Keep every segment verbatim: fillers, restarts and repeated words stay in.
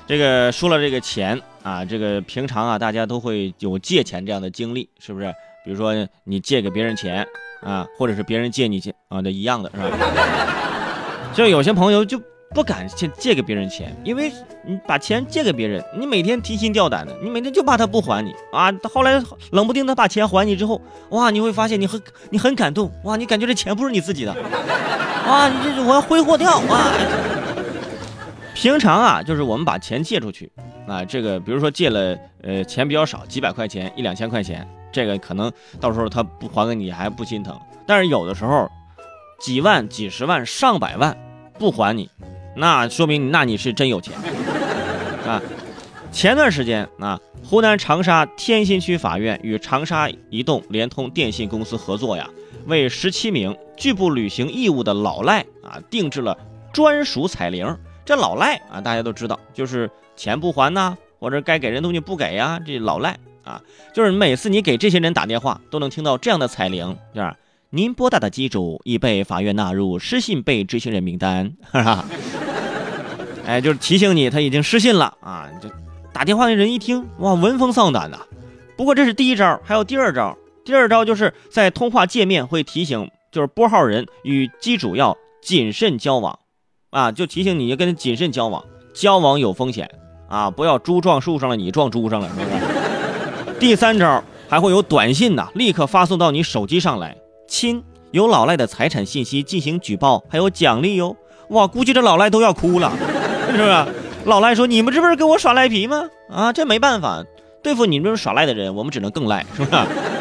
这个说了这个钱啊，这个平常啊，大家都会有借钱这样的经历，是不是？比如说你借给别人钱啊，或者是别人借你钱啊，这一样的是吧？就有些朋友就不敢借借给别人钱，因为你把钱借给别人，你每天提心吊胆的，你每天就怕他不还你啊。后来冷不丁他把钱还你之后，哇，你会发现你很你很感动，哇，你感觉这钱不是你自己的，哇，你这我要挥霍掉哇。平常啊，就是我们把钱借出去啊，这个比如说借了呃钱比较少，几百块钱一两千块钱，这个可能到时候他不还给你还不心疼，但是有的时候几万几十万上百万不还你，那说明那你是真有钱啊。前段时间啊，湖南长沙天心区法院与长沙移动、联通电信公司合作呀，为十七名拒不履行义务的老赖啊定制了专属彩铃。这老赖啊，大家都知道，就是钱不还呐，或者该给人东西不给呀，这老赖啊，就是每次你给这些人打电话，都能听到这样的彩铃，是吧？您拨打的机主已被法院纳入失信被执行人名单，哈哈。哎，就是提醒你他已经失信了啊！就打电话的人一听，哇，闻风丧胆呐。不过这是第一招，还有第二招。第二招就是在通话界面会提醒，就是拨号人与机主要谨慎交往。啊，就提醒你要跟他谨慎交往，交往有风险啊，不要猪撞树上了，你撞猪上了，是不是？第三招还会有短信呐，立刻发送到你手机上来，亲，有老赖的财产信息进行举报，还有奖励哟。哇，估计这老赖都要哭了，是不是？老赖说：“你们这不是跟我耍赖皮吗？啊，这没办法，对付你们这种耍赖的人，我们只能更赖，是不是？”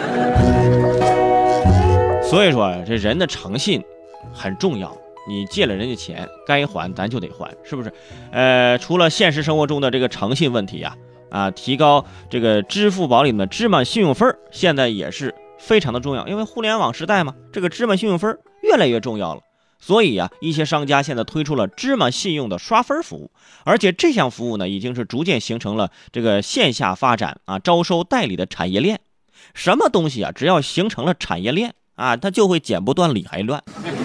所以说，这人的诚信很重要。你借了人家钱，该还咱就得还，是不是？呃，除了现实生活中的这个诚信问题呀、啊，啊，提高这个支付宝里面的芝麻信用分，现在也是非常的重要，因为互联网时代嘛，这个芝麻信用分越来越重要了。所以啊，一些商家现在推出了芝麻信用的刷分服务，而且这项服务呢，已经是逐渐形成了这个线下发展啊，招收代理的产业链。什么东西啊，只要形成了产业链啊，它就会剪不断理还乱。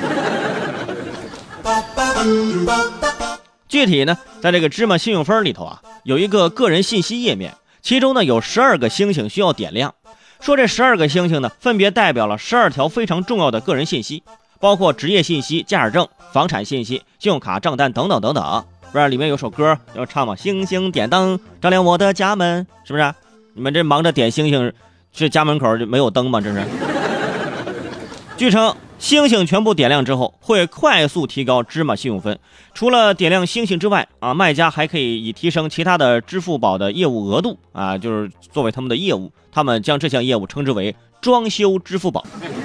具体呢，在这个芝麻信用分里头啊，有一个个人信息页面，其中呢有十二个星星需要点亮。说这十二个星星呢，分别代表了十二条非常重要的个人信息，包括职业信息、驾驶证、房产信息、信用卡账单等等等等。不是里面有首歌要唱吗？星星点灯，照亮我的家门，是不是？你们这忙着点星星，这家门口就没有灯吗？这是。据称，星星全部点亮之后，会快速提高芝麻信用分。除了点亮星星之外啊，卖家还可以以提升其他的支付宝的业务额度啊，就是作为他们的业务，他们将这项业务称之为装修支付宝。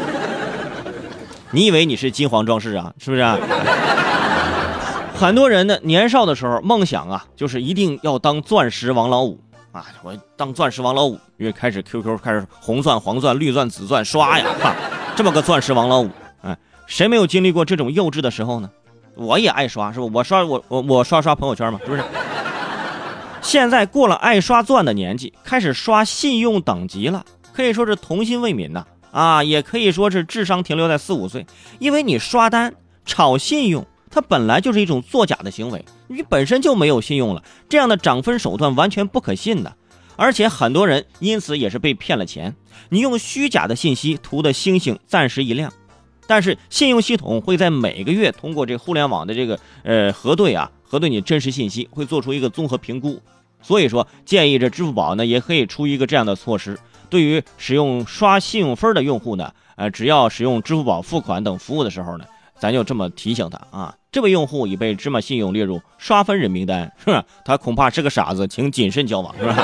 你以为你是金黄装饰啊？是不是啊？很多人呢，年少的时候梦想啊，就是一定要当钻石王老五啊！我当钻石王老五，因为开始 Q Q 开始红钻、黄钻、绿钻、紫钻刷呀，哈，这么个钻石王老五，哎，谁没有经历过这种幼稚的时候呢？我也爱刷，是不？我刷我我我刷刷朋友圈嘛，是不是？现在过了爱刷钻的年纪，开始刷信用等级了，可以说是童心未泯呐，啊，也可以说是智商停留在四五岁，因为你刷单炒信用。它本来就是一种作假的行为，你本身就没有信用了，这样的涨分手段完全不可信的，而且很多人因此也是被骗了钱。你用虚假的信息图的星星暂时一亮，但是信用系统会在每个月通过这个互联网的这个呃核对啊，核对你真实信息，会做出一个综合评估。所以说，建议这支付宝呢也可以出一个这样的措施，对于使用刷信用分的用户呢，呃，只要使用支付宝付款等服务的时候呢，咱就这么提醒他啊，这位用户已被芝麻信用列入刷分人名单，是吧？他恐怕是个傻子，请谨慎交往，是吧？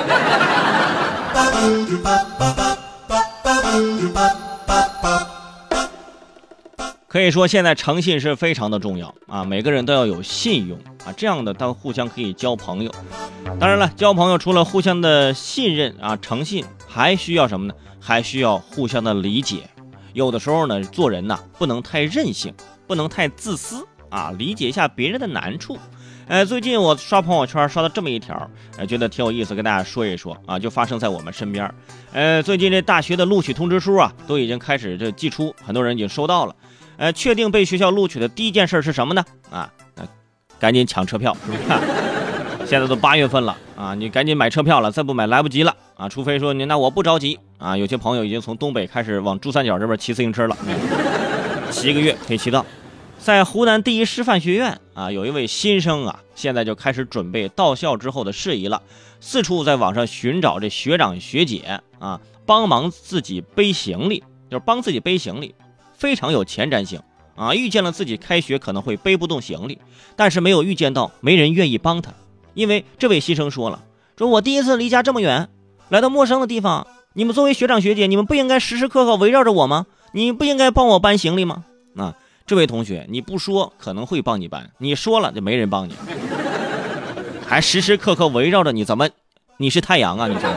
可以说，现在诚信是非常的重要啊，每个人都要有信用啊，这样的当互相可以交朋友。当然了，交朋友除了互相的信任啊、诚信，还需要什么呢？还需要互相的理解。有的时候呢，做人呐、啊、不能太任性，不能太自私啊，理解一下别人的难处。呃，最近我刷朋友圈刷到这么一条，呃，觉得挺有意思，跟大家说一说啊，就发生在我们身边。呃，最近这大学的录取通知书啊，都已经开始这寄出，很多人已经收到了。呃，确定被学校录取的第一件事是什么呢？啊，呃、赶紧抢车票，是不是？ 现在都八月份了啊，你赶紧买车票了，再不买来不及了啊！除非说你那我不着急啊，有些朋友已经从东北开始往珠三角这边骑自行车了，骑一个月可以骑到。在湖南第一师范学院啊，有一位新生啊，现在就开始准备到校之后的事宜了，四处在网上寻找这学长学姐啊，帮忙自己背行李，就是帮自己背行李，非常有前瞻性啊。预见了自己开学可能会背不动行李，但是没有预见到没人愿意帮他，因为这位新生说了，说我第一次离家这么远，来到陌生的地方，你们作为学长学姐，你们不应该时时刻刻围绕着我吗？你不应该帮我搬行李吗？啊。这位同学，你不说可能会帮你搬，你说了就没人帮你，还时时刻刻围绕着你，怎么你是太阳啊？你说，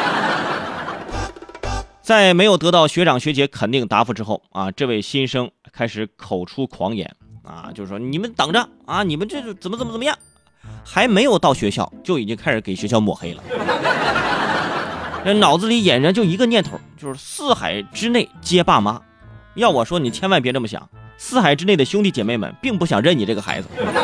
在没有得到学长学姐肯定答复之后啊，这位新生开始口出狂言啊，就是说你们等着啊，你们这怎么怎么怎么样，还没有到学校就已经开始给学校抹黑了，这脑子里俨然就一个念头，就是四海之内皆爸妈。要我说，你千万别这么想。四海之内的兄弟姐妹们并不想认你这个孩子。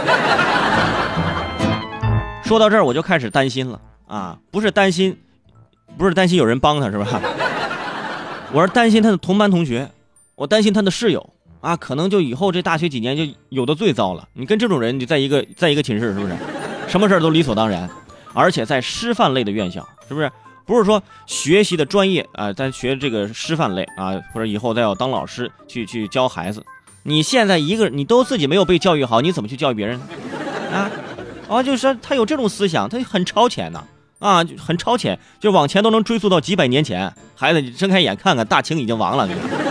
说到这儿我就开始担心了啊，不是担心不是担心有人帮他是吧，我是担心他的同班同学，我担心他的室友啊，可能就以后这大学几年就有的最糟了。你跟这种人你在一个在一个寝室是不是什么事都理所当然，而且在师范类的院校是不是不是说学习的专业啊，咱学这个师范类啊，或者以后再要当老师去去教孩子，你现在一个你都自己没有被教育好，你怎么去教育别人呢？啊，啊，就是说他有这种思想，他很超前呐，啊，就很超前，就往前都能追溯到几百年前。孩子，你睁开眼看看，大清已经亡了。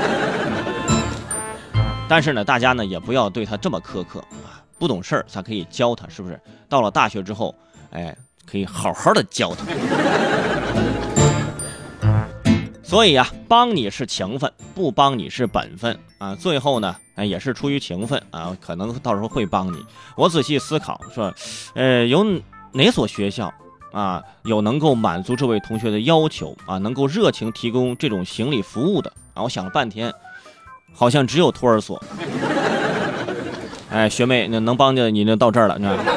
但是呢，大家呢也不要对他这么苛刻啊，不懂事儿咱可以教他，是不是？到了大学之后，哎，可以好好的教他。所以啊，帮你是情分，不帮你是本分啊。最后呢，哎，也是出于情分啊，可能到时候会帮你。我仔细思考说，呃，有哪所学校啊，有能够满足这位同学的要求啊，能够热情提供这种行李服务的啊？我想了半天，好像只有托儿所。哎，学妹，那能帮着你就到这儿了，你知道吗？